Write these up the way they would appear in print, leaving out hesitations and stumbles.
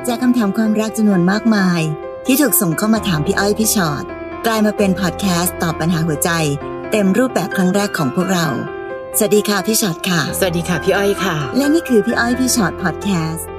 จากคำถามความรักจำนวนมากมายที่ถูกส่งเข้ามาถามพี่อ้อยพี่ชอตกลายมาเป็นพอดแคสต์ตอบปัญหาหัวใจเต็มรูปแบบครั้งแรกของพวกเราสวัสดีค่ะพี่ชอตค่ะสวัสดีค่ะพี่อ้อยค่ะและนี่คือพี่อ้อยพี่ชอตพอดแคสต์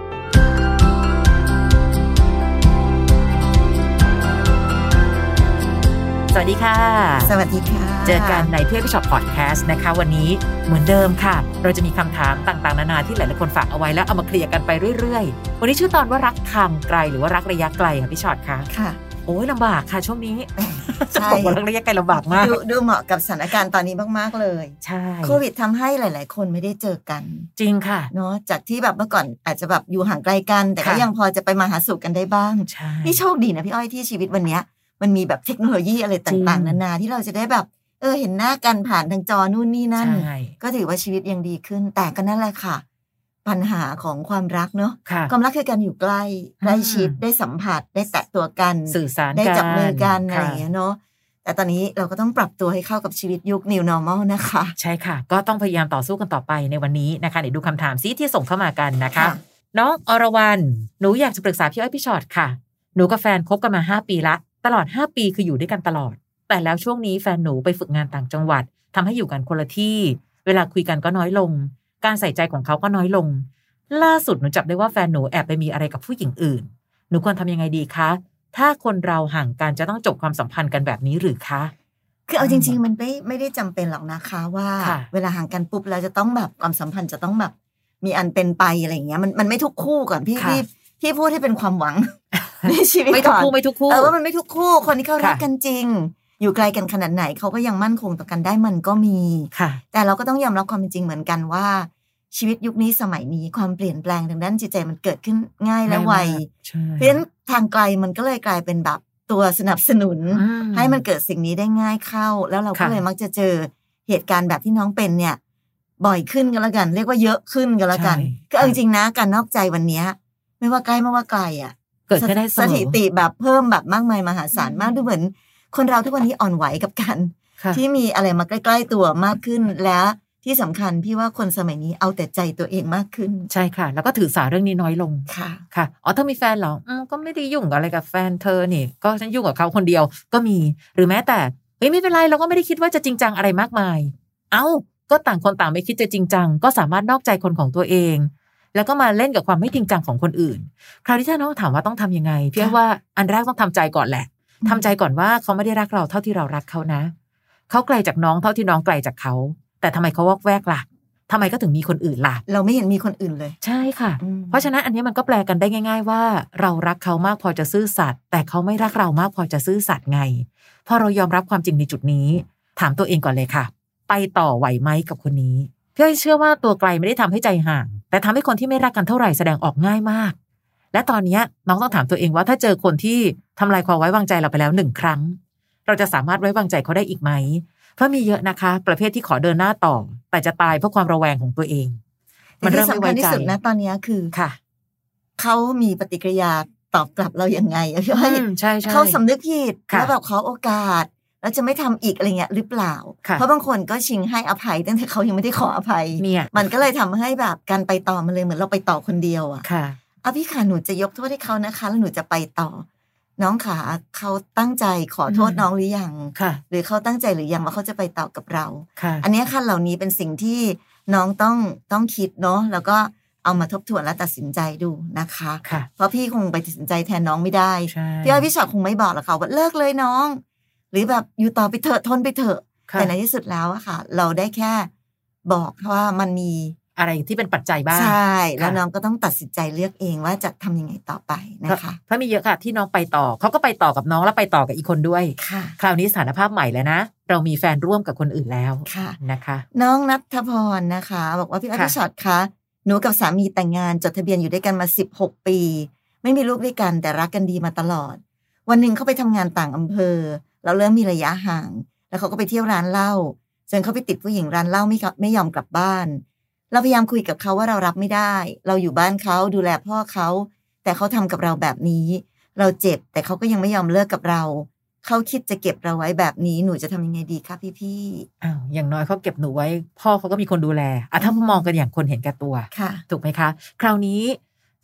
สวัสดีค่ะสวัสดีค่ะเจอกันในพี่อ้อยพี่ชอตพอดแคสต์นะคะวันนี้เหมือนเดิมค่ะเราจะมีคำถามต่างๆนานาที่หลายๆคนฝากเอาไว้แล้วเอามาเคลียร์กันไปเรื่อยๆวันนี้ชื่อตอนว่ารักทางไกลหรือว่ารักระยะไกลค่ะพี่ชอตคะค่ะโอ้ยลำบากค่ะช่วงนี้ใช่รักระยะไกลลำบากมากดูเหมาะกับสถานการณ์ตอนนี้มากๆเลยใช่โควิดทำให้หลายๆคนไม่ได้เจอกันจริงค่ะเนาะจากที่แบบเมื่อก่อนอาจจะแบบอยู่ห่างไกลกันแต่ก็ยังพอจะไปมาหาสู่กันได้บ้างนี่โชคดีนะพี่อ้อยที่ชีวิตวันนี้มันมีแบบเทคโนโลยีอะไรต่างๆนานาที่เราจะได้แบบเห็นหน้ากันผ่านทางจอนู่นนี่นั่นก็ถือว่าชีวิตยังดีขึ้นแต่ก็นั่นแหละค่ะปัญหาของความรักเนาะความรักคือการอยู่ใกล้ชิดได้สัมผัสได้แตะตัวกันสื่อสารได้จับมือกันอะไรอย่างเงี้ยเนาะแต่ตอนนี้เราก็ต้องปรับตัวให้เข้ากับชีวิตยุค New Normal นะคะใช่ค่ะก็ต้องพยายามต่อสู้กันต่อไปในวันนี้นะคะเดี๋ยวดูคำถามซิที่ส่งเข้ามากันนะคะน้องอรวรรณหนูอยากจะปรึกษาพี่อ้อยพี่ชอตค่ะหนูกับแฟนคบกันมา5 ปีละตลอด5 ปีคืออยู่ด้วยกันตลอดแต่แล้วช่วงนี้แฟนหนูไปฝึกงานต่างจังหวัดทำให้อยู่กันคนละที่เวลาคุยกันก็น้อยลงการใส่ใจของเขาก็น้อยลงล่าสุดหนูจับได้ว่าแฟนหนูแอบไปมีอะไรกับผู้หญิงอื่นหนูควรทำยังไงดีคะถ้าคนเราห่างกันจะต้องจบความสัมพันธ์กันแบบนี้หรือคะคือเอาจริงๆมันไม่ได้จำเป็นหรอกนะคะว่าเวลาห่างกันปุ๊บแล้วจะต้องแบบความสัมพันธ์จะต้องแบบมีอันเป็นไปอะไรอย่างเงี้ยมันไม่ทุกคู่ก่อนพี่พูดให้เป็นความหวังในชีวิตก่อนไม่ทุกคู่ว่ามันไม่ทุกคู่คนที่เขารักกันจริงอยู่ไกลกันขนาดไหนเขาก็ยังมั่นคงต่อกันได้มันก็มีแต่เราก็ต้องยอมรับความเป็นจริงเหมือนกันว่าชีวิตยุคนี้สมัยนี้ความเปลี่ยนแปลงทางด้านจิตใจมันเกิดขึ้นง่ายและไวเพราะฉะนั้นทางไกลมันก็เลยกลายเป็นแบบตัวสนับสนุนให้มันเกิดสิ่งนี้ได้ง่ายเข้าแล้วเราก็เลยมักจะเจอเหตุการณ์แบบที่น้องเป็นเนี่ยบ่อยขึ้นกันแล้วกันเรียกว่าเยอะขึ้นกันแล้วกันก็จริงๆนะการนอกใจวันนี้ไม่ว่าใกล้ไม่ว่าไกลอ่ะเกิดขึ้นได้เสมอสถิติแบบเพิ่มแบบมากมายมหาศาลมากดูเหมือนคนเราทุกวันนี้อ่อนไหวกับกันที่มีอะไรมาใกล้ๆตัวมากขึ้นและที่สำคัญพี่ว่าคนสมัยนี้เอาแต่ใจตัวเองมากขึ้นใช่ค่ะแล้วก็ถือสาเรื่องนี้น้อยลงค่ะอ๋อถ้ามีแฟนเหรอก็ไม่ได้ยุ่งอะไรกับแฟนเธอนี่ก็ฉันยุ่งกับเขาคนเดียวก็มีหรือแม้แต่ไม่เป็นไรเราก็ไม่ได้คิดว่าจะจริงจังอะไรมากมายก็ต่างคนต่างไม่คิดจะจริงจังก็สามารถนอกใจคนของตัวเองแล้วก็มาเล่นกับความไม่จริงจังของคนอื่นคราวนี้ถ้าน้องถามว่าต้องทำยังไงพี่ว่าอันแรกต้องทำใจก่อนแหละทำใจก่อนว่าเขาไม่ได้รักเราเท่าที่เรารักเขานะเขาไกลจากน้องเท่าที่น้องไกลจากเขาแต่ทำไมเขาวอกแวกล่ะทำไมก็ถึงมีคนอื่นล่ะเราไม่เห็นมีคนอื่นเลยใช่ค่ะเพราะฉะนั้นอันนี้มันก็แปลกันได้ง่ายๆว่าเรารักเขามากพอจะซื่อสัตย์แต่เขาไม่รักเรามากพอจะซื่อสัตย์ไงพอเรายอมรับความจริงในจุดนี้ถามตัวเองก่อนเลยค่ะไปต่อไหวไหมกับคนนี้เพื่อให้เชื่อว่าตัวไกลไม่ได้ทำให้ใจห่างแต่ทำให้คนที่ไม่รักกันเท่าไหร่แสดงออกง่ายมากและตอนนี้น้องต้องถามตัวเองว่าถ้าเจอคนที่ทำลายความไว้วางใจเราไปแล้ว1 ครั้งเราจะสามารถไว้วางใจเขาได้อีกไหมเพราะมีเยอะนะคะประเภทที่ขอเดินหน้าต่อแต่จะตายเพราะความระแวงของตัวเองมันเริ่มไม่ไว้ใจที่สุดนะตอนนี้คือค่ะเขามีปฏิกิริยาตอบกลับเรายังไงพี่อ้อยใช่เขาสำนึกผิดแล้วแบบขอโอกาสแล้วจะไม่ทำอีกอะไรเงี้ยหรือเปล่าเพราะบางคนก็ชิงให้อภัยตั้งแต่เขายังไม่ได้ขออภัยมันก็เลยทำให้แบบการไปต่อมันเลยเหมือนเราไปต่อคนเดียวอ่ะพี่ค่ะหนูจะยกโทษให้เขานะคะแล้วหนูจะไปต่อน้องขาเขาตั้งใจขอโทษน้องหรือยังหรือเขาตั้งใจหรือยังว่าเขาจะไปต่อกับเราอันนี้ขั้นเหล่านี้เป็นสิ่งที่น้องต้องคิดเนาะแล้วก็เอามาทบทวนและตัดสินใจดูนะคะเพราะพี่คงไปตัดสินใจแทนน้องไม่ได้พี่อ้อยพี่ชอตคงไม่บอกหรอกค่ะว่าเลิกเลยน้องหรือแบบอยู่ต่อไปเถอะทนไปเถอะแต่ในที่สุดแล้วอะค่ะเราได้แค่บอกว่ามันมีอะไรที่เป็นปัจจัยบ้างใช่แล้วน้องก็ต้องตัดสินใจเลือกเองว่าจะทำยังไงต่อไปนะคะเพราะมีเยอะค่ะที่น้องไปต่อเขาก็ไปต่อกับน้องแล้วไปต่อกับอีกคนด้วยคราวนี้สถานภาพใหม่แล้วนะเรามีแฟนร่วมกับคนอื่นแล้วนะคะน้องณัฐพรนะคะบอกว่าพี่อ้อยพี่ชอตคะหนูกับสามีแต่งงานจดทะเบียนอยู่ด้วยกันมา16 ปีไม่มีลูกด้วยกันแต่รักกันดีมาตลอดวันหนึ่งเขาไปทำงานต่างอำเภอเราเริ่มมีระยะห่างแล้วเขาก็ไปเที่ยวร้านเหล้าจนเขาไปติดผู้หญิงร้านเหล้าไม่ยอมกลับบ้านเราพยายามคุยกับเขาว่าเรารับไม่ได้เราอยู่บ้านเขาดูแลพ่อเขาแต่เขาทำกับเราแบบนี้เราเจ็บแต่เขาก็ยังไม่ยอมเลิกกับเราเขาคิดจะเก็บเราไว้แบบนี้หนูจะทำยังไงดีคะพี่อย่างน้อยเขาเก็บหนูไว้พ่อเขาก็มีคนดูแลถ้ามองกันอย่างคนเห็นแก่ตัวถูกไหมคะคราวนี้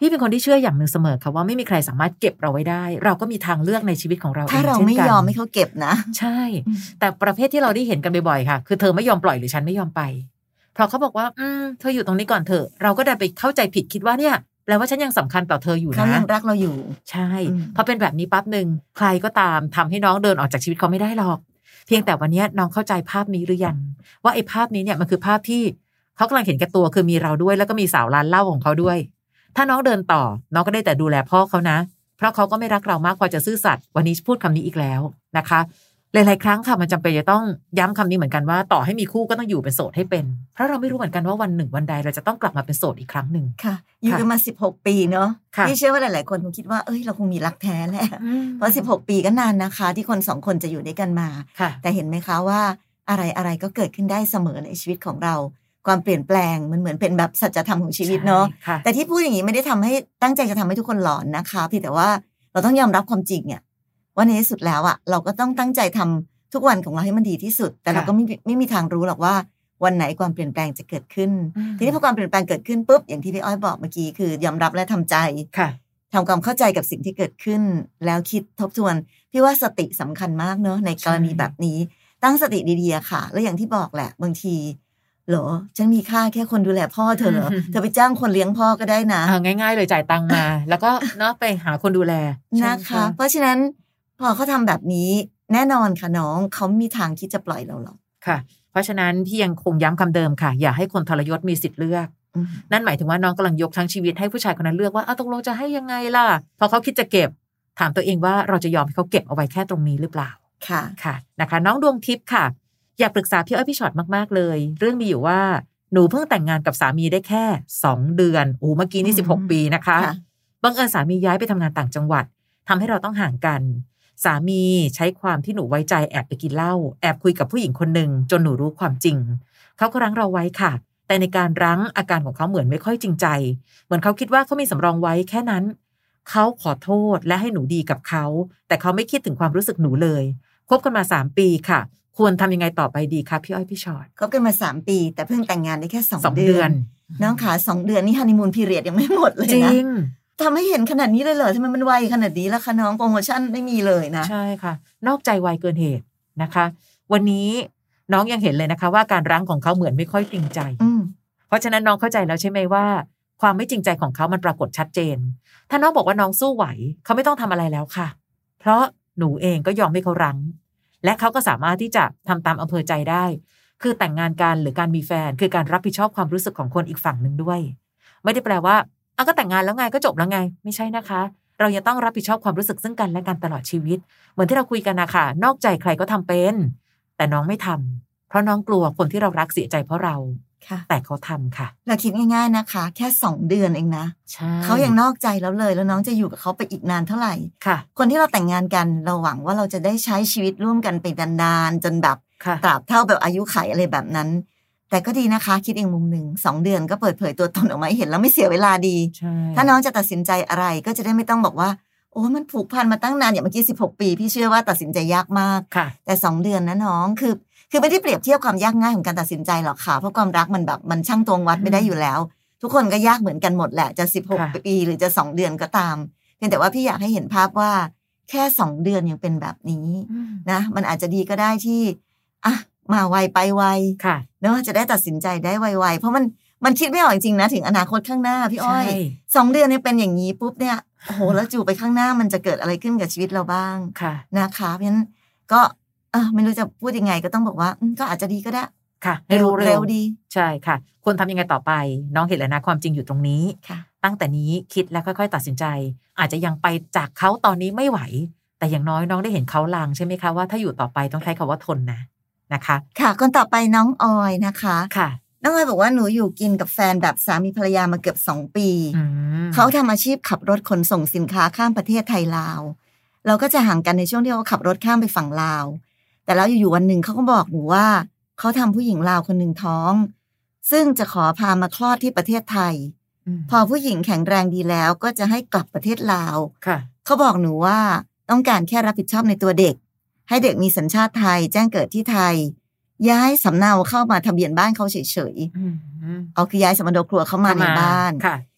พี่เป็นคนที่เชื่ออย่างหนึ่งเสมอค่ะว่าไม่มีใครสามารถเก็บเราไว้ได้เราก็มีทางเลือกในชีวิตของเราเองถ้าเราไม่ยอมให้เขาเก็บนะใช่แต่ประเภทที่เราได้เห็นกันบ่อยๆค่ะคือเธอไม่ยอมปล่อยหรือฉันไม่ยอมไปเพราะเขาบอกว่าเธออยู่ตรงนี้ก่อนเถอะเราก็ได้ไปเข้าใจผิดคิดว่าเนี่ยแปลว่าฉันยังสำคัญต่อเธออยู่นะเขายังรักเราอยู่ใช่พอเป็นแบบนี้ปั๊บนึงใครก็ตามทำให้น้องเดินออกจากชีวิตเขาไม่ได้หรอกเพียงแต่วันนี้น้องเข้าใจภาพนี้หรือยังว่าไอ้ภาพนี้เนี่ยมันคือภาพที่เขากำลังเห็นแก่ตัวคือมีเราด้วยแล้วก็มีสาวร้านเหล้าของเขาด้วยถ้าน้องเดินต่อน้องก็ได้แต่ดูแลพ่อเขานะเพราะเขาก็ไม่รักเรามากพอจะซื่อสัตย์วันนี้พูดคำนี้อีกแล้วนะคะหลายๆครั้งค่ะมันจำเป็นจะต้องย้ำคำนี้เหมือนกันว่าต่อให้มีคู่ก็ต้องอยู่เป็นโสดให้เป็นเพราะเราไม่รู้เหมือนกันว่าวันหนึ่งวันใดเราจะต้องกลับมาเป็นโสดอีกครั้งหนึ่งค่ะอยู่กันมา16 ปีเนาะพี่เชื่อว่าหลายๆคนคงคิดว่าเราคงมีรักแท้แหละเพราะ16 ปีก็นานนะคะที่คน2คนจะอยู่ด้วยกันมาแต่เห็นไหมคะว่าอะไรก็เกิดขึ้นได้เสมอในชีวิตของเราความเปลี่ยนแปลงมันเหมือนเป็นแบบสัจธรรมของชีวิตเนาะแต่ที่พูดอย่างนี้ไม่ได้ทำให้ตั้งใจจะทำให้ทุกคนหลอนนะคะเพียงแต่ว่าเราต้องยอมรับความจริงเนี่ยว่าในที่สุดแล้วเราก็ต้องตั้งใจทำทุกวันของเราให้มันดีที่สุดแต่เราก็ไม่มีทางรู้หรอกว่าวันไหนความเปลี่ยนแปลงจะเกิดขึ้นทีนี้พอความเปลี่ยนแปลงเกิดขึ้นปุ๊บอย่างที่พี่อ้อยบอกเมื่อกี้คือยอมรับและทำใจทำความเข้าใจกับสิ่งที่เกิดขึ้นแล้วคิดทบทวนพี่ว่าสติสำคัญมากเนาะในกรณีแบบนี้ตั้งสติดีๆค่ะแล้วอย่างที่บอกแหละบางทีเหรอฉันมีค่าแค่คนดูแลพ่อเธอเหรอเธอไปจ้างคนเลี้ยงพ่อก็ได้นะง่ายๆเลยจ่ายตังค์มา แล้วก็เนาะไปหาคนดูแลนะคะเพราะฉะนั้นพอเขาทำแบบนี้แน่นอนค่ะน้องเขามีทางที่จะปล่อยเราหรอกค่ะเพราะฉะนั้นพี่ยังคงย้ำคำเดิมค่ะอย่าให้คนทรยศมีสิทธิ์เลือกนั่นหมายถึงว่าน้องกำลังยกทั้งชีวิตให้ผู้ชายคนนั้นเลือกว่าตกลงจะให้ยังไงล่ะพอเขาคิดจะเก็บถามตัวเองว่าเราจะยอมให้เขาเก็บเอาไว้แค่ตรงนี้หรือเปล่าค่ะนะคะน้องดวงทิพย์ค่ะอยากปรึกษาพี่อ้อยพี่ชอตมากๆเลยเรื่องมีอยู่ว่าหนูเพิ่งแต่งงานกับสามีได้แค่2 เดือนเมื่อกี้นี่16 ปีนะคะบังเอิญสามีย้ายไปทำงานต่างจังหวัดทำให้เราต้องห่างกันสามีใช้ความที่หนูไว้ใจแอบไปกินเหล้าแอบคุยกับผู้หญิงคนหนึ่งจนหนูรู้ความจริงเขาก็รั้งเราไว้ค่ะแต่ในการรั้งอาการของเขาเหมือนไม่ค่อยจริงใจเหมือนเขาคิดว่าเขามีสำรองไว้แค่นั้นเขาขอโทษและให้หนูดีกับเขาแต่เขาไม่คิดถึงความรู้สึกหนูเลยคบกันมา3 ปีค่ะควรทำยังไงต่อไปดีคะพี่อ้อยพี่ชอตคบกันมา3 ปีแต่เพิ่งแต่งงานได้แค่2 เดือนน้องขา2 เดือนนี่ฮันนีมูนพีเรียดยังไม่หมดเลยนะจริงทำให้เห็นขนาดนี้เลยเหรอทำไมมันไวขนาดนี้ล่ะคะน้องโปรโมชั่นไม่มีเลยนะใช่ค่ะนอกใจไวเกินเหตุนะคะวันนี้น้องยังเห็นเลยนะคะว่าการรั้งของเขาเหมือนไม่ค่อยจริงใจเพราะฉะนั้นน้องเข้าใจแล้วใช่ไหมว่าความไม่จริงใจของเขามันปรากฏชัดเจนถ้าน้องบอกว่าน้องสู้ไหวเขาไม่ต้องทำอะไรแล้วค่ะเพราะหนูเองก็ยอมให้เขารั้งและเขาก็สามารถที่จะทำตามอำเภอใจได้คือแต่งงานกันหรือการมีแฟนคือการรับผิดชอบความรู้สึกของคนอีกฝั่งหนึ่งด้วยไม่ได้แปลว่าก็แต่งงานแล้วไงก็จบแล้วไงไม่ใช่นะคะเรายังต้องรับผิดชอบความรู้สึกซึ่งกันและกันตลอดชีวิตเหมือนที่เราคุยกันนะคะนอกใจใครก็ทำเป็นแต่น้องไม่ทำเพราะน้องกลัวคนที่เรารักเสียใจเพราะเราแต่เขาทำค่ะเราคิดง่ายๆนะคะแค่2 เดือนเองนะเขายังนอกใจแล้วเลยแล้วน้องจะอยู่กับเขาไปอีกนานเท่าไหร่คนที่เราแต่งงานกันเราหวังว่าเราจะได้ใช้ชีวิตร่วมกันไปนานๆจนแบบตราบเท่าแบบอายุขัยอะไรแบบนั้นแต่ก็ดีนะคะคิดอีกมุมหนึ่ง2 เดือนก็เปิดเผยตัวตนออกมาให้เห็นแล้วไม่เสียเวลาดีถ้าน้องจะตัดสินใจอะไรก็จะได้ไม่ต้องบอกว่าโอ้มันผูกพันมาตั้งนานอย่างเมื่อกี้16 ปีพี่เชื่อว่าตัดสินใจยากมากแต่2 เดือนนะน้องคือไม่ได้เปรียบเทียบความยากง่ายของการตัดสินใจหรอกค่ะเพราะความรักมันแบบมันช่างตวงวัดไม่ได้อยู่แล้วทุกคนก็ยากเหมือนกันหมดแหละจะ16 ปีหรือจะ2 เดือนก็ตามเพียงแต่ว่าพี่อยากให้เห็นภาพว่าแค่2 เดือนยังเป็นแบบนี้นะมันอาจจะดีก็ได้ที่มาไวไปไวเนาะจะได้ตัดสินใจได้ไวๆเพราะมันคิดไม่ออกจริงๆนะถึงอนาคตข้างหน้าพี่อ้อย2 เดือนเนี่ยเป็นอย่างนี้ปุ๊บเนี่ยโอ้โหแล้วจู่ไปข้างหน้ามันจะเกิดอะไรขึ้นกับชีวิตเราบ้างนะคะเพราะฉะนั้นก็ไม่รู้จะพูดยังไงก็ต้องบอกว่าก็อาจจะดีก็ได้ค่ะให้รู้เร็วดีใช่ค่ะควรทำยังไงต่อไปน้องเห็นแล้วนะความจริงอยู่ตรงนี้ตั้งแต่นี้คิดแล้วค่อยๆตัดสินใจอาจจะยังไปจากเขาตอนนี้ไม่ไหวแต่อย่างน้อยน้องได้เห็นเขาลางใช่ไหมคะว่าถ้าอยู่ต่อไปต้องใช้คำว่าทนนะคะค่ะคนต่อไปน้องออยนะคะค่ะน้องออยบอกว่าหนูอยู่กินกับแฟนแบบสามีภรรยามาเกือบ2 ปีเขาทำอาชีพขับรถขนส่งสินค้าข้ามประเทศไทยลาวเราก็จะห่างกันในช่วงที่เขาขับรถข้ามไปฝั่งลาวแต่แล้วอยู่ๆวันหนึ่งเขาก็บอกหนูว่าเขาทำผู้หญิงลาวคนหนึ่งท้องซึ่งจะขอพามาคลอดที่ประเทศไทยพอผู้หญิงแข็งแรงดีแล้วก็จะให้กลับประเทศลาวเขาบอกหนูว่าต้องการแค่รับผิดชอบในตัวเด็กให้เด็กมีสัญชาติไทยแจ้งเกิดที่ไทยย้ายสำเนาเข้ามาทะเบียนบ้านเขาเฉยๆเอาคือย้ายสมบัติครัวเข้ามาในบ้าน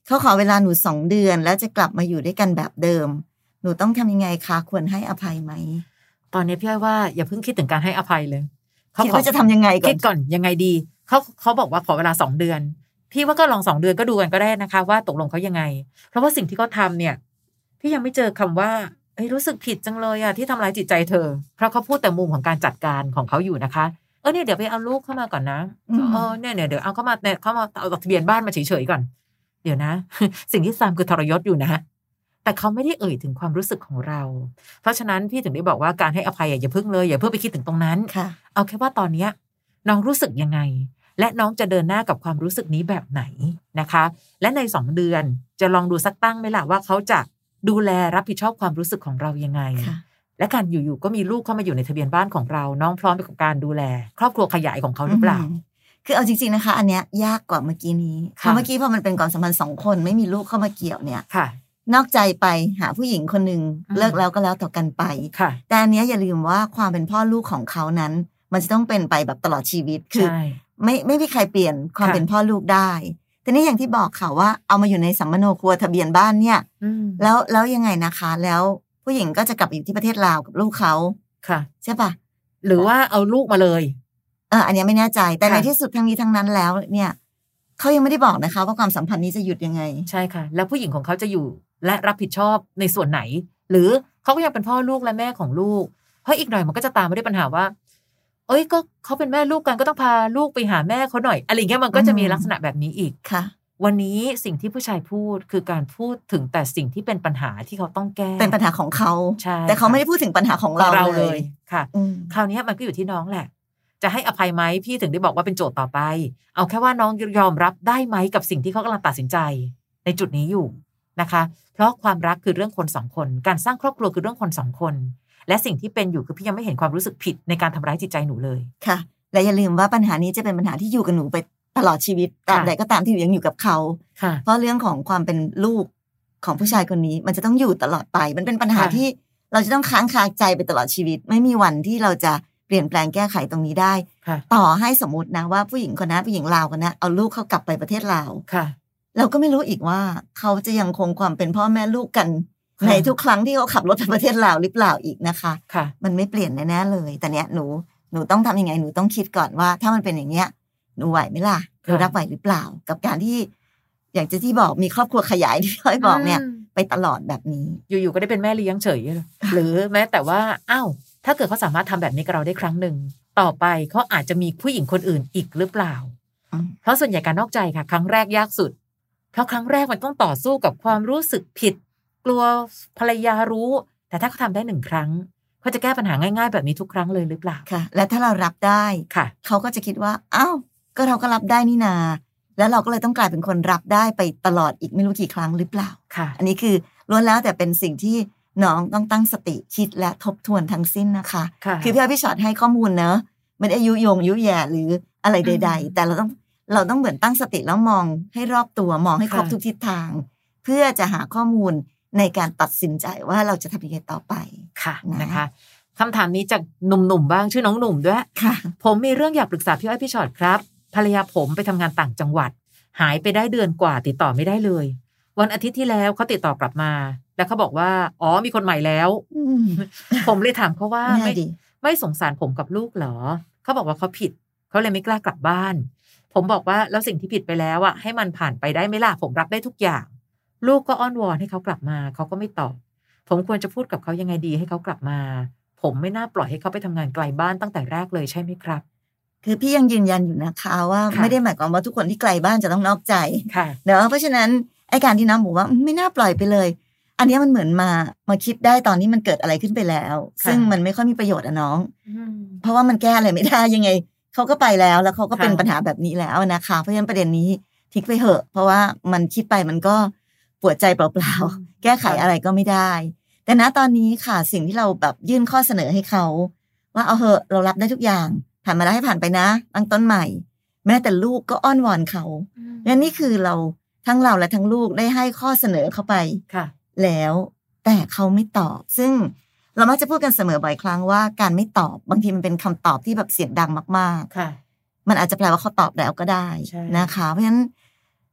เขาขอเวลาหนู2 เดือนแล้วจะกลับมาอยู่ด้วยกันแบบเดิมหนูต้องทำยังไงคะควรให้อภัยไหมตอนนี้พี่ว่าอย่าเพิ่งคิดถึงการให้อภัยเลยคิดว่าจะทำยังไงก่อนคิดก่อนยังไงดีเขาบอกว่าขอเวลา2 เดือนพี่ว่าก็ลอง2 เดือนก็ดูกันก็ได้นะคะว่าตกลงเขายังไงเพราะว่าสิ่งที่เขาทำเนี่ยพี่ยังไม่เจอคำว่ารู้สึกผิดจังเลยอะที่ทำร้ายจิตใจเธอเพราะเขาพูดแต่มุมของการจัดการของเขาอยู่นะคะเนี่ยเดี๋ยวไปเอาลูกเข้ามาก่อนนะเนี่ยเดี๋ยวเอาเข้ามาเอาทะเบียนบ้านมาเฉยๆก่อนเดี๋ยวนะ สิ่งที่ซ้ำคือทรยศอยู่นะแต่เขาไม่ได้เอ่ยถึงความรู้สึกของเราเพราะฉะนั้นพี่ถึงได้บอกว่าการให้อภัยอย่าเพิ่งเลยอย่าเพิ่งไปคิดถึงตรงนั้นเอาแค่ว่าตอนนี้น้องรู้สึกยังไงและน้องจะเดินหน้ากับความรู้สึกนี้แบบไหนนะคะและใน2 เดือนจะลองดูสักตั้งไหมล่ะว่าเขาจะดูแลรับผิดชอบความรู้สึกของเรายังไงและการอยู่ๆก็มีลูกเข้ามาอยู่ในทะเบียนบ้านของเราน้องพร้อมกับการดูแลครอบครัวขยายของเขาหรือเปล่าคือเอาจริงๆนะคะอันเนี้ยยากกว่าเมื่อกี้นี้เมื่อกี้พอมันเป็นความสัมพันธ์2 คนไม่มีลูกเข้ามาเกี่ยวเนี่ยนอกใจไปหาผู้หญิงคนหนึ่งเลิกแล้วก็แล้วต่อกันไปแต่อันเนี้ยอย่าลืมว่าความเป็นพ่อลูกของเขานั้นมันจะต้องเป็นไปแบบตลอดชีวิตคือไม่มีใครเปลี่ยนความเป็นพ่อลูกได้แต่นี่อย่างที่บอกค่ะว่าเอามาอยู่ในสัมมโนครัวทะเบียนบ้านเนี่ยแล้วยังไงนะคะแล้วผู้หญิงก็จะกลับอยู่ที่ประเทศลาวกับลูกเขาใช่ปะหรือว่าเอาลูกมาเลยอันนี้ไม่แน่ใจแต่ในที่สุดทั้งนี้ทั้งนั้นแล้วเนี่ยเขายังไม่ได้บอกนะคะว่าความสัมพันธ์นี้จะหยุดยังไงใช่ค่ะแล้วผู้หญิงของเขาจะอยู่และรับผิดชอบในส่วนไหนหรือเขาก็ยังเป็นพ่อลูกและแม่ของลูกเพราะอีกหน่อยมันก็จะตามมาด้วยปัญหาว่าก็เขาเป็นแม่ลูกกันก็ต้องพาลูกไปหาแม่เขาหน่อยอะไรเงี้ยมันก็จะมีลักษณะแบบนี้อีกค่ะวันนี้สิ่งที่ผู้ชายพูดคือการพูดถึงแต่สิ่งที่เป็นปัญหาที่เขาต้องแก้เป็นปัญหาของเขาแต่เขาไม่ได้พูดถึงปัญหาของเราเลยค่ะคราวนี้มันก็อยู่ที่น้องแหละจะให้อภัยไหมพี่ถึงได้บอกว่าเป็นโจทย์ต่อไปเอาแค่ว่าน้องยอมรับได้ไหมกับสิ่งที่เขากำลังตัดสินใจในจุดนี้อยู่นะคะเพราะความรักคือเรื่องคน2 คนการสร้างครอบครัวคือเรื่องคน2 คนและสิ่งที่เป็นอยู่คือพี่ยังไม่เห็นความรู้สึกผิดในการทำร้ายจิตใจหนูเลยค่ะและอย่าลืมว่าปัญหานี้จะเป็นปัญหาที่อยู่กับหนูไปตลอดชีวิตตราบใดก็ตามที่ยังอยู่กับเขาเพราะเรื่องของความเป็นลูกของผู้ชายคนนี้มันจะต้องอยู่ตลอดไปมันเป็นปัญหาที่เราจะต้องค้างคาใจไปตลอดชีวิตไม่มีวันที่เราจะเปลี่ยนแปลงแก้ไขตรงนี้ได้ต่อให้สมมตินะว่าผู้หญิงคนนั้นผู้หญิงลาวคนนั้นเอาลูกเขากลับไปประเทศลาวเราก็ไม่รู้อีกว่าเขาจะยังคงความเป็นพ่อแม่ลูกกันในทุกครั้งที่เขาขับรถไปประเทศลาวหรือเปล่าอีกนะคะมันไม่เปลี่ยนแน่ๆเลยแต่เนี้ยหนูต้องทำยังไงหนูต้องคิดก่อนว่าถ้ามันเป็นอย่างเงี้ยหนูไหวไหมล่ะหนูรับไหวหรือเปล่ากับการที่อย่างที่บอกมีครอบครัวขยายที่พี่อ้อยบอกเนี่ยไปตลอดแบบนี้อยู่ๆก็ได้เป็นแม่เลี้ยงเฉยหรือแม้แต่ว่าถ้าเกิดเขาสามารถทำแบบนี้กับเราได้ครั้งหนึ่งต่อไปเขาอาจจะมีผู้หญิงคนอื่นอีกหรือเปล่าเพราะส่วนใหญ่การนอกใจค่ะครั้งแรกยากสุดเพราะครั้งแรกมันต้องต่อสู้กับความรู้สึกผิดกลัวภรรยารู้แต่ถ้าเขาทำได้1 ครั้งเขาจะแก้ปัญหาง่ายๆแบบนี้ทุกครั้งเลยหรือเปล่าค่ะและถ้าเรารับได้ค่ะเขาก็จะคิดว่าก็เราก็รับได้นี่นาแล้วเราก็เลยต้องกลายเป็นคนรับได้ไปตลอดอีกไม่รู้กี่ครั้งหรือเปล่าค่ะอันนี้คือล้วนแล้วแต่เป็นสิ่งที่น้องต้องตั้งสติคิดและทบทวนทั้งสิ้นนะคะคือพี่อ้อยพี่ชอตให้ข้อมูลเนอะไม่ได้ยุแย่หรืออะไรใดๆแต่เราต้องเหมือนตั้งสติแล้วมองให้รอบตัวมองให้ครบทุกทิศทางเพื่อจะหาข้อมูลในการตัดสินใจว่าเราจะทำยังไงต่อไปค่ะนะคะคำถามนี้จากหนุ่มๆบ้างชื่อน้องหนุ่มด้วยค่ะผมมีเรื่องอยากปรึกษาพี่อ้อยพี่ชอตครับภรรยาผมไปทำงานต่างจังหวัดหายไปได้เดือนกว่าติดต่อไม่ได้เลยวันอาทิตย์ที่แล้วเขาติดต่อกลับมาแล้วเขาบอกว่ามีคนใหม่แล้วผมเลยถามเขาว่าไม่สงสารผมกับลูกเหรอเขาบอกว่าเขาผิดเขาเลยไม่กล้ากลับบ้านผมบอกว่าแล้วสิ่งที่ผิดไปแล้วให้มันผ่านไปได้ไหมล่ะผมรับได้ทุกอย่างลูกก็อ้อนวอนให้เขากลับมาเขาก็ไม่ตอบผมควรจะพูดกับเขายังไงดีให้เขากลับมาผมไม่น่าปล่อยให้เขาไปทำงานไกลบ้านตั้งแต่แรกเลยใช่ไหมครับคือพี่ยังยืนยันอยู่นะคะว่าไม่ได้หมายความว่าทุกคนที่ไกลบ้านจะต้องนอกใจเนอะเพราะฉะนั้นไอ้การที่น้องบอกว่าไม่น่าปล่อยไปเลยอันนี้มันเหมือนมาคิดได้ตอนนี้มันเกิดอะไรขึ้นไปแล้วซึ่งมันไม่ค่อยมีประโยชน์น้องเพราะว่ามันแก้อะไรไม่ได้ยังไงเขาก็ไปแล้วเขาก็เป็นปัญหาแบบนี้แล้วนะคะเพราะฉะนั้นประเด็นนี้ทิ้งไปเหอะเพราะว่ามันคิดไปมันก็ปวดใจเปล่าๆแก้ไขอะไรก็ไม่ได้แต่ณตอนนี้ค่ะสิ่งที่เราแบบยื่นข้อเสนอให้เขาว่าเอาเหอะเรารับได้ทุกอย่างผ่านมาแล้วให้ผ่านไปนะตั้งต้นใหม่แม้แต่ลูกก็อ้อนวอนเขางั้นนี่คือเราทั้งเราและทั้งลูกได้ให้ข้อเสนอเข้าไปแล้วแต่เขาไม่ตอบซึ่งเรามักจะพูดกันเสมอบ่อยครั้งว่าการไม่ตอบบางทีมันเป็นคำตอบที่แบบเสียงดังมากๆมันอาจจะแปลว่าเขาตอบแล้วก็ได้นะคะเพราะฉะนั้น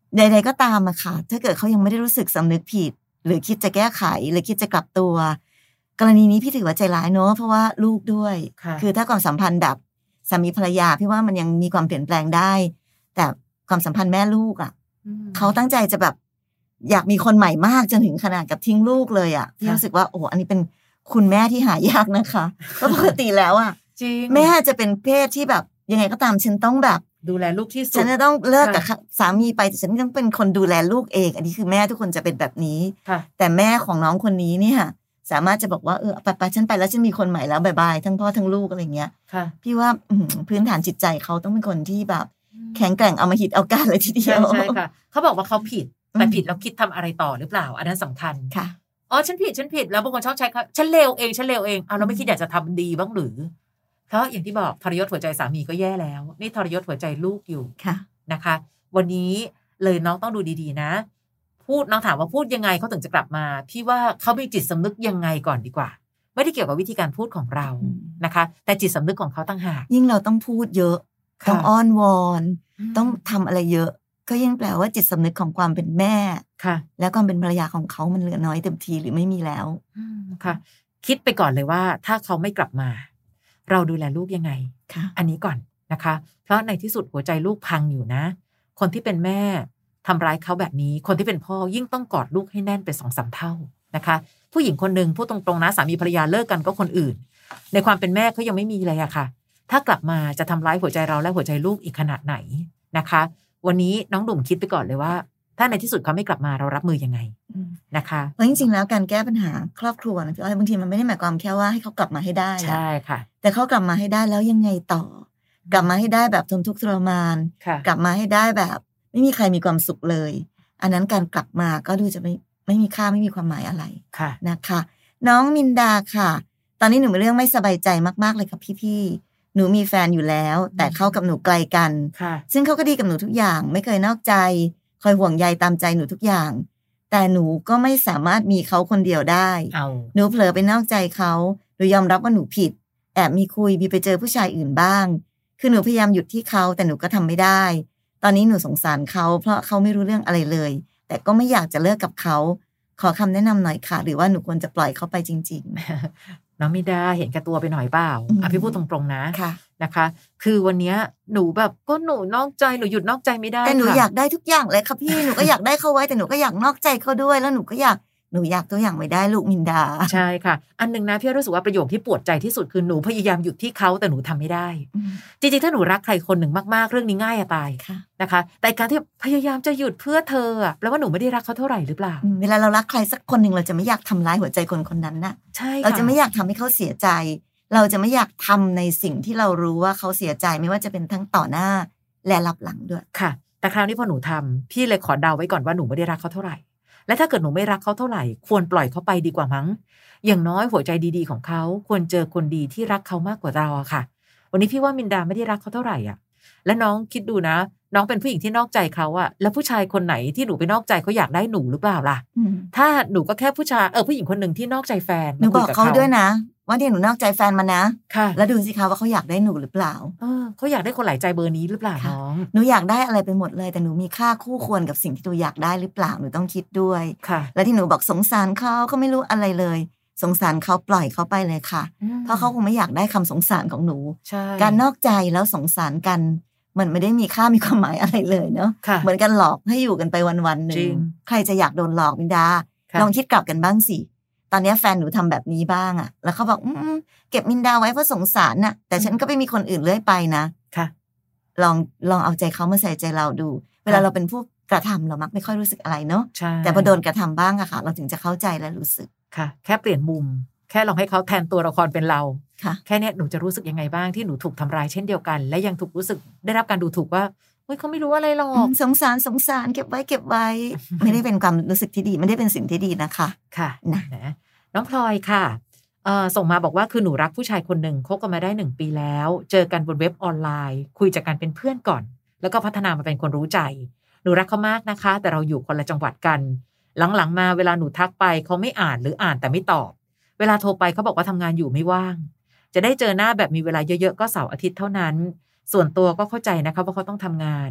ใดๆก็ตามอะค่ะถ้าเกิดเขายังไม่ได้รู้สึกสำนึกผิดหรือคิดจะแก้ไขหรือคิดจะกลับตัวกรณีนี้พี่ถือว่าใจร้ายเนอะเพราะว่าลูกด้วยคือถ้าความสัมพันธ์แบบสามีภรรยาพี่ว่ามันยังมีความเปลี่ยนแปลงได้แต่ความสัมพันธ์แม่ลูกอะเขาตั้งใจจะแบบอยากมีคนใหม่มากจนถึงขนาดกับทิ้งลูกเลยอะพี่รู้สึกว่าโอ้อันนี้เป็นคุณแม่ที่หายากนะคะเพราะปกติแล้วอะแม่จะเป็นเพศที่แบบยังไงก็ตามฉันต้องแบบดูแลลูกที่สุดฉันจะต้องเลิกกับสามีไปแต่ฉันต้องเป็นคนดูแลลูกเองอันนี้คือแม่ทุกคนจะเป็นแบบนี้แต่แม่ของน้องคนนี้เนี่ยสามารถจะบอกว่าไปฉันไปแล้วฉันมีคนใหม่แล้วบายบายทั้งพ่อทั้งลูกอะไรเงี้ยพี่ว่าพื้นฐานจิตใจเขาต้องเป็นคนที่แบบแข็งแกร่งเอามาหิดเอาการเลยทีเดียวใช่ค่ะเขาบอกว่าเขาผิดแต่ผิดแล้วคิดทำอะไรต่อหรือเปล่าอันนั้นสำคัญค่ะอ๋อฉันผิดแล้วบางคนชอบใช้เขาฉันเลวเองเอาเราไม่คิดอยากจะทำดีบ้างหรือเพราะอย่างที่บอกทรยศหัวใจสามีก็แย่แล้วนี่ทรยศหัวใจลูกอยู่นะคะวันนี้เลยน้องต้องดูดีๆนะพูดน้องถามว่าพูดยังไงเขาถึงจะกลับมาพี่ว่าเขามีจิตสำนึกยังไงก่อนดีกว่าไม่ได้เกี่ยวกับวิธีการพูดของเรานะคะแต่จิตสำนึกของเขาต่างหากยิ่งเราต้องพูดเยอะต้องอ้อนวอนต้องทำอะไรเยอะก็ยิ่งแปลว่าจิตสำนึกของความเป็นแม่และความเป็นภรรยาของเขามันเหลือน้อยเต็มทีหรือไม่มีแล้วค่ะคิดไปก่อนเลยว่าถ้าเขาไม่กลับมาเราดูแลลูกยังไงอันนี้ก่อนนะคะเพราะในที่สุดหัวใจลูกพังอยู่นะคนที่เป็นแม่ทำร้ายเขาแบบนี้คนที่เป็นพ่อยิ่งต้องกอดลูกให้แน่นไป2-3 เท่านะคะผู้หญิงคนหนึ่งพูดตรงๆนะสามีภรรยาเลิกกันก็คนอื่นในความเป็นแม่เขายังไม่มีเลยอะค่ะถ้ากลับมาจะทำร้ายหัวใจเราและหัวใจลูกอีกขนาดไหนนะคะวันนี้น้องหนุ่มคิดไปก่อนเลยว่าถ้าในที่สุดเขาไม่กลับมาเรารับมือยังไงนะคะเพราะจริงๆแล้วการแก้ปัญหาครอบครัวนะพี่อ้อยบางทีมันไม่ได้หมายความแค่ว่าให้เขากลับมาให้ได้ใช่ค่ะแต่เขากลับมาให้ได้แล้วยังไงต่อกลับมาให้ได้แบบทนทุกข์ทรมานกลับมาให้ได้แบบไม่มีใครมีความสุขเลยอันนั้นการกลับมาก็ดูจะไม่มีค่าไม่มีความหมายอะไรนะคะน้องมินดาค่ะตอนนี้หนูมีเรื่องไม่สบายใจมากๆเลยค่ะพี่ๆหนูมีแฟนอยู่แล้วแต่เขากับหนูไกลกันซึ่งเขาก็ดีกับหนูทุกอย่างไม่เคยนอกใจคอยห่วงใยตามใจหนูทุกอย่างแต่หนูก็ไม่สามารถมีเขาคนเดียวได้หนูเผลอไปนอกใจเขาหนูยอมรับว่าหนูผิดแอบมีคุยมีไปเจอผู้ชายอื่นบ้างคือหนูพยายามหยุดที่เขาแต่หนูก็ทำไม่ได้ตอนนี้หนูสงสารเขาเพราะเขาไม่รู้เรื่องอะไรเลยแต่ก็ไม่อยากจะเลิกกับเขาขอคำแนะนำหน่อยค่ะหรือว่าหนูควรจะปล่อยเขาไปจริงๆน้องมิดาเห็นแก่ตัวไปหน่อยเปล่าพี่พูดตรงๆนะนะคะคือวันนี้หนูแบบก็หนูนอกใจหนูหยุดนอกใจไม่ได้แต่หนูอยากได้ทุกอย่างเลยค่ะพี่หนูก็อยากได้เขาไว้แต่หนูก็อยากนอกใจเขาด้วยแล้วหนูอยากตัวอย่างไม่ได้ลูกมินดาใช่ค่ะอันนึงนะพี่รู้สึกว่าประโยคที่ปวดใจที่สุดคือหนูพยายามหยุดที่เขาแต่หนูทำไม่ได้จริงๆถ้าหนูรักใครคนหนึ่งมากๆเรื่องนี้ง่ายอะตายนะคะแต่การที่พยายามจะหยุดเพื่อเธอแปลว่าหนูไม่ได้รักเขาเท่าไหร่หรือเปล่าเวลาเรารักใครสักคนหนึ่งเราจะไม่อยากทำร้ายหัวใจคนคนนั้นน่ะใช่เราจะไม่อยากทำให้เขาเสียใจเราจะไม่อยากทำในสิ่งที่เรารู้ว่าเขาเสียใจไม่ว่าจะเป็นทั้งต่อหน้าและรับหลังด้วยค่ะแต่คราวนี้พอหนูทำพี่เลยขอเดาไว้ก่อนว่าหนูไม่ได้รักเขาเท่าไหร่และถ้าเกิดหนูไม่รักเขาเท่าไหร่ควรปล่อยเขาไปดีกว่ามั้งอย่างน้อยหัวใจดีๆของเขาควรเจอคนดีที่รักเขามากกว่าเราอะค่ะวันนี้พี่ว่ามินดาไม่ได้รักเขาเท่าไหร่อะและน้องคิดดูนะน้องเป็นผู้หญิงที่นอกใจเขาอะแล้วผู้ชายคนไหนที่หนูไปนอกใจเขาอยากได้หนูหรือเปล่าล่ะถ้าหนูก็แค่ผู้หญิงคนหนึ่งที่นอกใจแฟนหนูบอกเขาด้วยนะว่าที่หนูนอกใจแฟนมานะแล้วดูสิคะว่าเขาอยากได้หนูหรือเปล่าเขาอยากได้คนหลายใจเบอร์นี้หรือเปล่าน้องหนูอยากได้อะไรไปหมดเลยแต่หนูมีค่าคู่ควรกับสิ่งที่หนูอยากได้หรือเปล่าหนูต้องคิดด้วยแล้วที่หนูบอกสงสารเขาไม่รู้อะไรเลยสงสารเขาปล่อยเขาไปเลยค่ะเพราะเขาคงไม่อยากได้คำสงสารของหนูการนอกใจแล้วสงสารกันมันไม่ได้มีค่ามีความหมายอะไรเลยเนาะเหมือนกันหลอกให้อยู่กันไปวันๆนึงใครจะอยากโดนหลอกมินดาลองคิดกลับกันบ้างสิตอนนี้แฟนหนูทำแบบนี้บ้างอะแล้วเขาบอกเก็บมินดาไว้เพราะสงสารน่ะแต่ฉันก็ไม่มีคนอื่นเรื่อยไปนะค่ะลองเอาใจเขามาใส่ใจเราดูเวลาเราเป็นผู้กระทำเรามักไม่ค่อยรู้สึกอะไรเนาะแต่พอโดนกระทำบ้างอะค่ะเราถึงจะเข้าใจและรู้สึกค่ะแค่เปลี่ยนมุมแค่ลองให้เขาแทนตัวละครเป็นเราแค่นี้หนูจะรู้สึกยังไงบ้างที่หนูถูกทำร้ายเช่นเดียวกันและยังถูกรู้สึกได้รับการดูถูกว่าเฮ้ยเขาไม่รู้อะไรหรอกสงสารเก็บไว้ ไม่ได้เป็นความรู้สึกที่ดีไม่ได้เป็นสิ่งที่ดีนะคะค่ะนะน้องพลอยค่ะส่งมาบอกว่าคือหนูรักผู้ชายคนหนึ่งคบกันมาได้1 ปีแล้วเจอกันบนเว็บออนไลน์คุยจากกันเป็นเพื่อนก่อนแล้วก็พัฒนามาเป็นคนรู้ใจหนูรักเขามากนะคะแต่เราอยู่คนละจังหวัดกันหลังๆมาเวลาหนูทักไปเขาไม่อ่านหรืออ่านแต่ไม่ตอบเวลาโทรไปเขาบอกว่าทำงานอยู่ไม่ว่างจะได้เจอหน้าแบบมีเวลาเยอะๆก็เสาร์อาทิตย์เท่านั้นส่วนตัวก็เข้าใจนะคะว่าเขาต้องทำงาน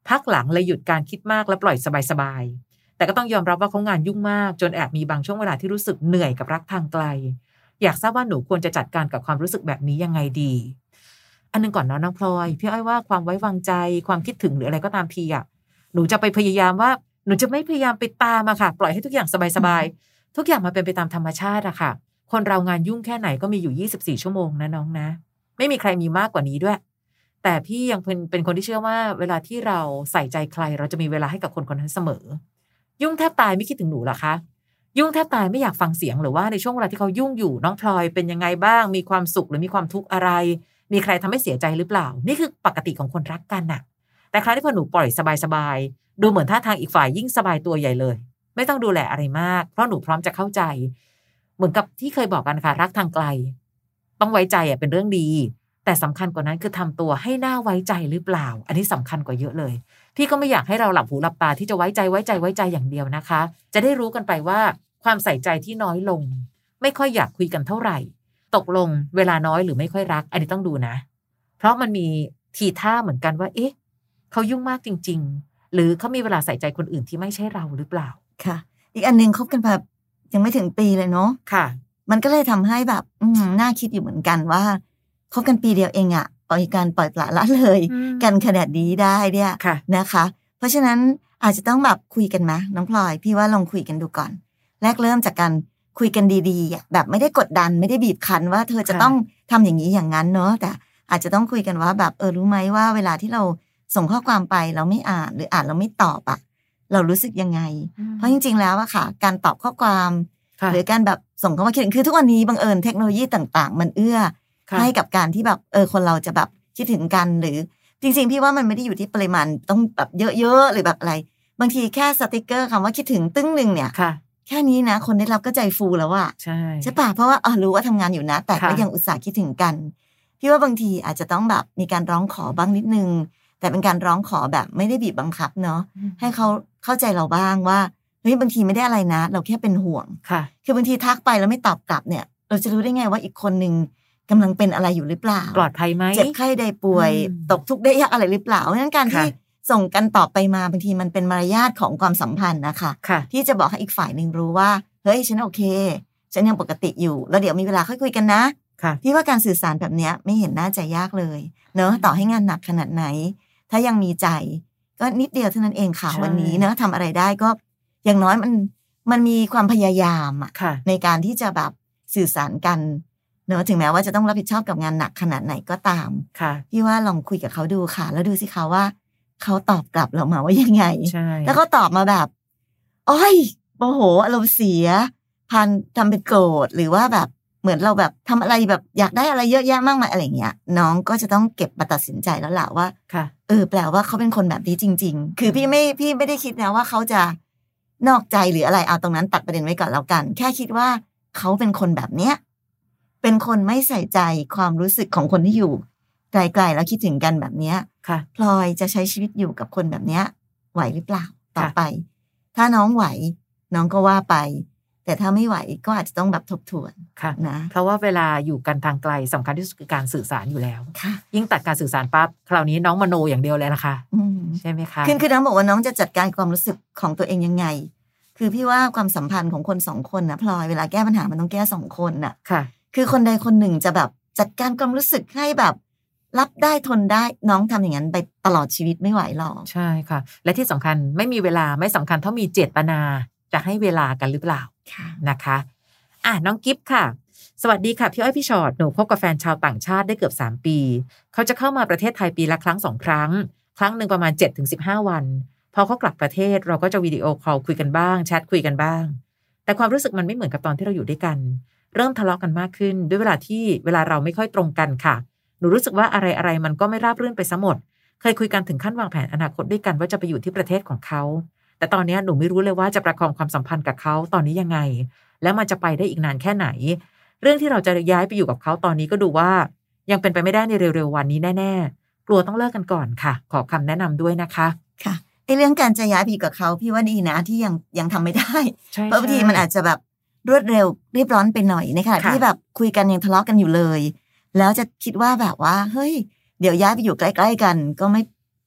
พักหลังเลยหยุดการคิดมากและปล่อยสบายๆแต่ก็ต้องยอมรับว่าเขางานยุ่งมากจนแอบมีบางช่วงเวลาที่รู้สึกเหนื่อยกับรักทางไกลอยากทราบว่าหนูควรจะจัดการกับความรู้สึกแบบนี้ยังไงดีอันนึงก่อนเนาะน้องพลอยพี่อ้อยว่าความไว้วางใจความคิดถึงหรืออะไรก็ตามทีหนูจะไปพยายามว่าหนูจะไม่พยายามไปตามค่ะปล่อยให้ทุกอย่างสบายๆทุกอย่างมาเป็นไปตามธรรมชาติค่ะคนเรางานยุ่งแค่ไหนก็มีอยู่24ชั่วโมงนะน้องนะไม่มีใครมีมากกว่านี้ด้วยแต่พี่ยังเป็นคนที่เชื่อว่าเวลาที่เราใส่ใจใครเราจะมีเวลาให้กับคนคนนั้นเสมอยุ่งแทบตายไม่คิดถึงหนูหรอคะยุ่งแทบตายไม่อยากฟังเสียงหรือว่าในช่วงเวลาที่เขายุ่งอยู่น้องพลอยเป็นยังไงบ้างมีความสุขหรือมีความทุกข์อะไรมีใครทำให้เสียใจหรือเปล่านี่คือปกติของคนรักกันน่ะแต่คราวที่พอหนูปล่อยสบายๆดูเหมือนท่าทางอีกฝ่ายยิ่งสบายตัวใหญ่เลยไม่ต้องดูแลอะไรมากเพราะหนูพร้อมจะเข้าใจเหมือนกับที่เคยบอกกันค่ะรักทางไกลต้องไว้ใจเป็นเรื่องดีแต่สำคัญกว่านั้นคือทำตัวให้น่าไว้ใจหรือเปล่าอันนี้สำคัญกว่าเยอะเลยพี่ก็ไม่อยากให้เราหลับหูหลับตาที่จะไว้ใจอย่างเดียวนะคะจะได้รู้กันไปว่าความใส่ใจที่น้อยลงไม่ค่อยอยากคุยกันเท่าไหร่ตกลงเวลาน้อยหรือไม่ค่อยรักอันนี้ต้องดูนะเพราะมันมีทีท่าเหมือนกันว่าเอ๊ะเขายุ่งมากจริงๆหรือเขามีเวลาใส่ใจคนอื่นที่ไม่ใช่เราหรือเปล่าค่ะอีกอันนึงคบกันแบบยังไม่ถึงปีเลยเนาะค่ะมันก็เลยทำให้แบบน่าคิดอยู่เหมือนกันว่าคบกันปีเดียวเองปล่อยปล่อยละเลยกันขนาดนี้ได้เนี่ยนะคะเพราะฉะนั้นอาจจะต้องแบบคุยกันไหมน้องพลอยพี่ว่าลองคุยกันดูก่อนแรกเริ่มจากการคุยกันดีๆแบบไม่ได้กดดันไม่ได้บีบคั้นว่าเธอจะต้องทำอย่างนี้อย่างนั้นเนาะแต่อาจจะต้องคุยกันว่าแบบรู้ไหมว่าเวลาที่เราส่งข้อความไปเราไม่อ่านหรืออ่านเราไม่ตอบเรารู้สึกยังไงเพราะจริงๆแล้วค่ะการตอบข้อความหรือการแบบส่งเข้ามาคิดถึงคือทุกวันนี้บังเอิญเทคโนโลยีต่างๆมันเอื้อให้กับการที่แบบคนเราจะแบบคิดถึงกันหรือจริงๆพี่ว่ามันไม่ได้อยู่ที่ปริมาณต้องแบบเยอะๆหรือแบบอะไรบางทีแค่สติกเกอร์คำว่าคิดถึงตึ้งนึงเนี่ยแค่นี้นะคนได้รับก็ใจฟูแล้วใช่ป่ะเพราะว่ารู้ว่าทำงานอยู่นะแต่ก็ยังอุตส่าห์คิดถึงกันพี่ว่าบางทีอาจจะต้องแบบมีการร้องขอบ้างนิดนึงแต่เป็นการร้องขอแบบไม่ได้บีบบังคับเนาะให้เขาเข้าใจเราบ้างว่าเฮ้ยบางทีไม่ได้อะไรนะเราแค่เป็นห่วงคือบางทีทักไปแล้วไม่ตอบกลับเนี่ยเราจะรู้ได้ไงว่าอีกคนนึงกำลังเป็นอะไรอยู่หรือเปล่าปลอดภัยไหมเจ็บไข้ใดป่วยตกทุกข์ได้ยากอะไรหรือเปล่าเพราะฉะนั้นการที่ส่งกันตอบไปมาบางทีมันเป็นมารยาทของความสัมพันธ์นะคะที่จะบอกให้อีกฝ่ายนึงรู้ว่าเฮ้ยฉันโอเคฉันยังปกติอยู่แล้วเดี๋ยวมีเวลาค่อยคุยกันนะพี่ว่าการสื่อสารแบบนี้ไม่เห็นน่าจะยากเลยเนอะต่อให้งานหนักขนาดไหนถ้ายังมีใจก็นิดเดียวเท่านั้นเองค่ะวันนี้เนอะทำอะไรได้ก็อย่างน้อยมันมีความพยายามในการที่จะแบบสื่อสารกันเนอะถึงแม้ว่าจะต้องรับผิดชอบกับงานหนักขนาดไหนก็ตามพี่ว่าลองคุยกับเขาดูค่ะแล้วดูสิคะว่าเขาตอบกลับเรามาว่ายังไงแล้วเขาตอบมาแบบอ้อยโมโหอารมณ์เสียพันทำเป็นโกรธหรือว่าแบบเหมือนเราแบบทำอะไรแบบอยากได้อะไรเยอะแยะมากมายอะไรเงี้ยน้องก็จะต้องเก็บมาตัดสินใจแล้วแหละว่าแปลว่าเขาเป็นคนแบบนี้จริงๆคือพี่ไม่ได้คิดนะว่าเขาจะนอกใจหรืออะไรเอาตรงนั้นตัดประเด็นไว้ก่อนแล้วกันแค่คิดว่าเขาเป็นคนแบบเนี้ยเป็นคนไม่ใส่ใจความรู้สึกของคนที่อยู่ไกลๆแล้วคิดถึงกันแบบเนี้ยพลอยจะใช้ชีวิตอยู่กับคนแบบเนี้ยไหวหรือเปล่าต่อไปถ้าน้องไหวน้องก็ว่าไปแต่ถ้าไม่ไหวก็อาจจะต้องแบบทบทวนนะเพราะว่าเวลาอยู่กันทางไกลสำคัญที่สุดคือการสื่อสารอยู่แล้วยิ่งตัดการสื่อสารปั๊บคราวนี้น้องมโนอย่างเดียวเลยนะคะใช่ไหมคะคือน้องบอกว่าน้องจะจัดการความรู้สึกของตัวเองยังไงคือพี่ว่าความสัมพันธ์ของคนสองคนนะพลอยเวลาแก้ปัญหามันต้องแก้สองคนน่ะคือคนใดคนหนึ่งจะแบบจัดการความรู้สึกให้แบบรับได้ทนได้น้องทำอย่างนั้นไปตลอดชีวิตไม่ไหวหรอกใช่ค่ะและที่สำคัญไม่มีเวลาไม่สำคัญเท่ามีเจตนาจะให้เวลากันหรือเปล่านะคะน้องกิฟต์ค่ะสวัสดีค่ะพี่อ้อยพี่ชอตหนูคบกับแฟนชาวต่างชาติได้เกือบ3ปีเขาจะเข้ามาประเทศไทยปีละครั้ง2ครั้งครั้งหนึ่งประมาณ 7-15 วันพอเขากลับประเทศเราก็จะวิดีโอคอลคุยกันบ้างแชทคุยกันบ้างแต่ความรู้สึกมันไม่เหมือนกับตอนที่เราอยู่ด้วยกันเริ่มทะเลาะกันมากขึ้นด้วยเวลาเราไม่ค่อยตรงกันค่ะหนูรู้สึกว่าอะไรมันก็ไม่ราบรื่นไปซะหมดเคยคุยกันถึงขั้นวางแผนอนาคตด้วยกันว่าจะไปอยู่ที่ประเทศของเขาแต่ตอนนี้หนูไม่รู้เลยว่าจะประคองความสัมพันธ์กับเขาตอนนี้ยังไงแล้วมันจะไปได้อีกนานแค่ไหนเรื่องที่เราจะย้ายไปอยู่กับเขาตอนนี้ก็ดูว่ายังเป็นไปไม่ได้ในเร็วๆวันนี้แน่ๆกลัวต้องเลิกกันก่อนค่ะขอคำแนะนำด้วยนะคะค่ะเรื่องการจะย้ายไปอยู่กับเขาพี่ว่าดีนะที่ยังทำไม่ได้เพราะบางทีมันอาจจะแบบรวดเร็วรีบร้อนไปหน่อยนะคะที่แบบคุยกันยังทะเลาะกันอยู่เลยแล้วจะคิดว่าแบบว่าเฮ้ยเดี๋ยวย้ายไปอยู่ใกล้ๆกันก็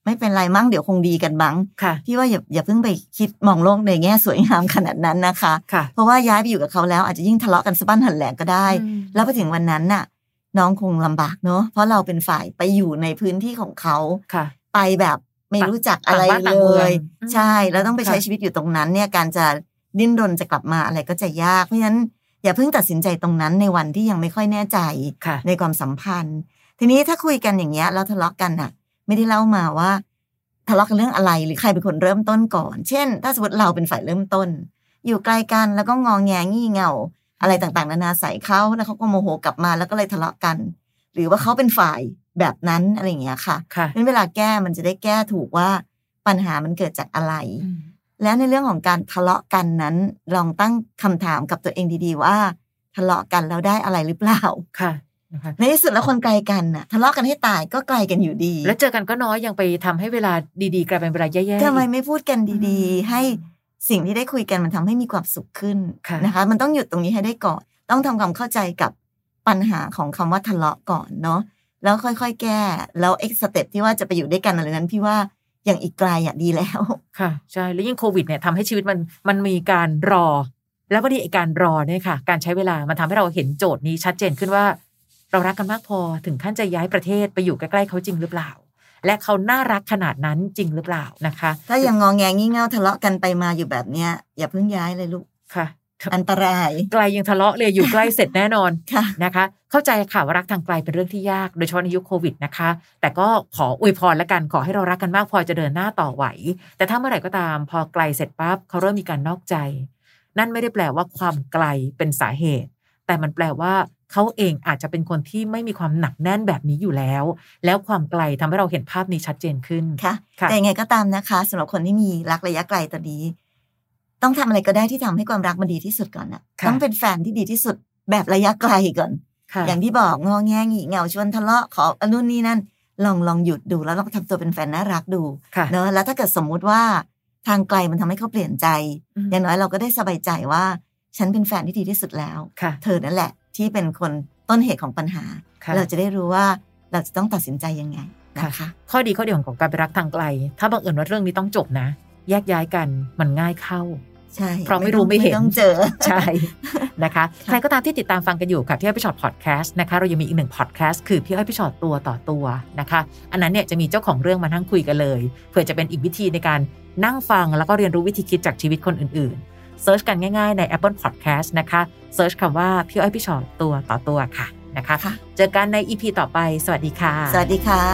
ไม่เป็นไรมั้งเดี๋ยวคงดีกันบ้างพี่ว่าอย่าเพิ่งไปคิดมองโลกในแง่สวยงามขนาดนั้นนะคะเพราะว่าย้ายไปอยู่กับเขาแล้วอาจจะยิ่งทะเลาะกันสะบั้นหันแหลกก็ได้แล้วพอถึงวันนั้นน่ะน้องคงลำบากเนอะเพราะเราเป็นฝ่ายไปอยู่ในพื้นที่ของเขาไปแบบไม่รู้จักอะไรเลยใช่แล้วต้องไปใช้ชีวิตอยู่ตรงนั้นเนี่ยการจะดิ้นรนจะกลับมาอะไรก็จะยากเพราะฉะนั้นอย่าเพิ่งตัดสินใจตรงนั้นในวันที่ยังไม่ค่อยแน่ใจในความสัมพันธ์ทีนี้ถ้าคุยกันอย่างเงี้ยแล้วทะเลาะกันน่ะไม่ได้เล่ามาว่าทะเลาะกันเรื่องอะไรหรือใครเป็นคนเริ่มต้นก่อนเช่นถ้าสมมติเราเป็นฝ่ายเริ่มต้นอยู่ไกลกันแล้วก็งอแงงี่เง่าอะไรต่างๆนานาใส่เขาแล้วเขาก็โมโหกลับมาแล้วก็เลยทะเลาะกันหรือว่าเขาเป็นฝ่ายแบบนั้นอะไรอย่างเงี้ยค่ะงั้นเวลาแก้มันจะได้แก้ถูกว่าปัญหามันเกิดจากอะไรและในเรื่องของการทะเลาะกันนั้นลองตั้งคำถามกับตัวเองดีๆว่าทะเลาะกันแล้วได้อะไรหรือเปล่าค่ะในที่สุดแล้วคนไกลกันน่ะทะเลาะกันให้ตายก็ไกลกันอยู่ดีแล้วเจอกันก็น้อยยังไปทำให้เวลาดีๆกลายเป็นเวลาแย่ๆทำไมไม่พูดกันดีๆให้สิ่งที่ได้คุยกันมันทำให้มีความสุขขึ้นนะคะมันต้องหยุดตรงนี้ให้ได้ก่อนต้องทำความเข้าใจกับปัญหาของคำว่าทะเลาะก่อนเนาะแล้วค่อยๆแก้แล้วเอ็กซ์สเต็ปที่ว่าจะไปอยู่ด้วยกันอะไรนั้นพี่ว่าอย่างอีกไกลอ่ะดีแล้วค่ะใช่แล้วยิ่งโควิดเนี่ยทำให้ชีวิตมันมีการรอแล้วพอดีการรอเนี่ยค่ะการใช้เวลามันทำให้เราเห็นโจทย์นี้ชัดเจนขึ้นว่าเรารักกันมากพอถึงขั้นจะย้ายประเทศไปอยู่ใกล้ๆเขาจริงหรือเปล่าและเขาน่ารักขนาดนั้นจริงหรือเปล่านะคะถ้ายังงอแงงี่เง่าทะเลาะกันไปมาอยู่แบบเนี้ยอย่าเพิ่งย้ายเลยลูกค่ะอันตรายไกลยังทะเลาะเลยอยู่ใกล้เสร็จแน่นอนนะคะเข้าใจค่ะว่ารักทางไกลเป็นเรื่องที่ยากโดยเฉพาะในยุคโควิดนะคะแต่ก็ขออวยพรและกันขอให้เรารักกันมากพอจะเดินหน้าต่อไหวแต่ถ้าเมื่อไหร่ก็ตามพอไกลเสร็จปั๊บเขาเริ่มมีการนอกใจนั่นไม่ได้แปลว่าความไกลเป็นสาเหตุแต่มันแปลว่าเขาเองอาจจะเป็นคนที่ไม่มีความหนักแน่นแบบนี้อยู่แล้วความไกลทำให้เราเห็นภาพนี้ชัดเจนขึ้นค่ะแต่ยังไงก็ตามนะคะสำหรับคนที่มีรักระยะไกลตอนนี้ต้องทำอะไรก็ได้ที่ทำให้ความรักมันดีที่สุดก่อนนะต้องเป็นแฟนที่ดีที่สุดแบบระยะไกลก่อนอย่างที่บอกงอแงงี่เง่าชวนทะเลาะขอนู่นนี่นั่นลองหยุดดูแล้วลองทำตัวเป็นแฟนน่ารักดูเนอะแล้วถ้าเกิดสมมุติว่าทางไกลมันทำให้เขาเปลี่ยนใจอย่างน้อยเราก็ได้สบายใจว่าฉันเป็นแฟนที่ดีที่สุดแล้วเธอนั่นแหละที่เป็นคนต้นเหตุของปัญหาเราจะได้รู้ว่าเราจะต้องตัดสินใจยังไงนะคะข้อดีของการไปรักทางไกลถ้าบังเอิญว่าเรื่องนี้ต้องจบนะแยกย้ายกันมันง่ายเข้าใช่เพราะไม่รู้ไม่เห็นต้องเจอใช่นะคะใครก็ตามที่ติดตามฟังกันอยู่ค่ะพี่อ้อยพี่ชอตพอดแคสต์นะคะเรายังมีอีก1พอดแคสต์คือพี่อ้อยพี่ชอตตัวต่อตัวนะคะอันนั้นเนี่ยจะมีเจ้าของเรื่องมานั่งคุยกันเลยเพื่อจะเป็นอีกวิธีในการนั่งฟังแล้วก็เรียนรู้วิธีคิดจากชีวิตคนอื่นๆเซิร์ชกันง่ายๆใน Apple Podcast นะคะเซิร์ชคำว่าพี่อ้อยพี่ชอตตัวต่อตัวค่ะนะคะเจอกันใน EP ต่อไปสวัสดีค่ะสวัสดีค่ะ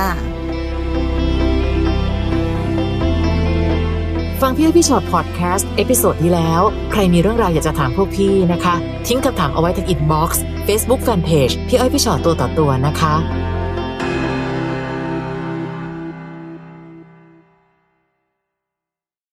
ฟังพี่อ้อยพี่ชอตพอดแคสต์เอพิโซดที่แล้วใครมีเรื่องราวอยากจะถามพวกพี่นะคะทิ้งคำถามเอาไว้ที่อินบ็อกซ์ Facebook Fanpage พี่อ้อยพี่ชอตตัวต่อตัวนะคะ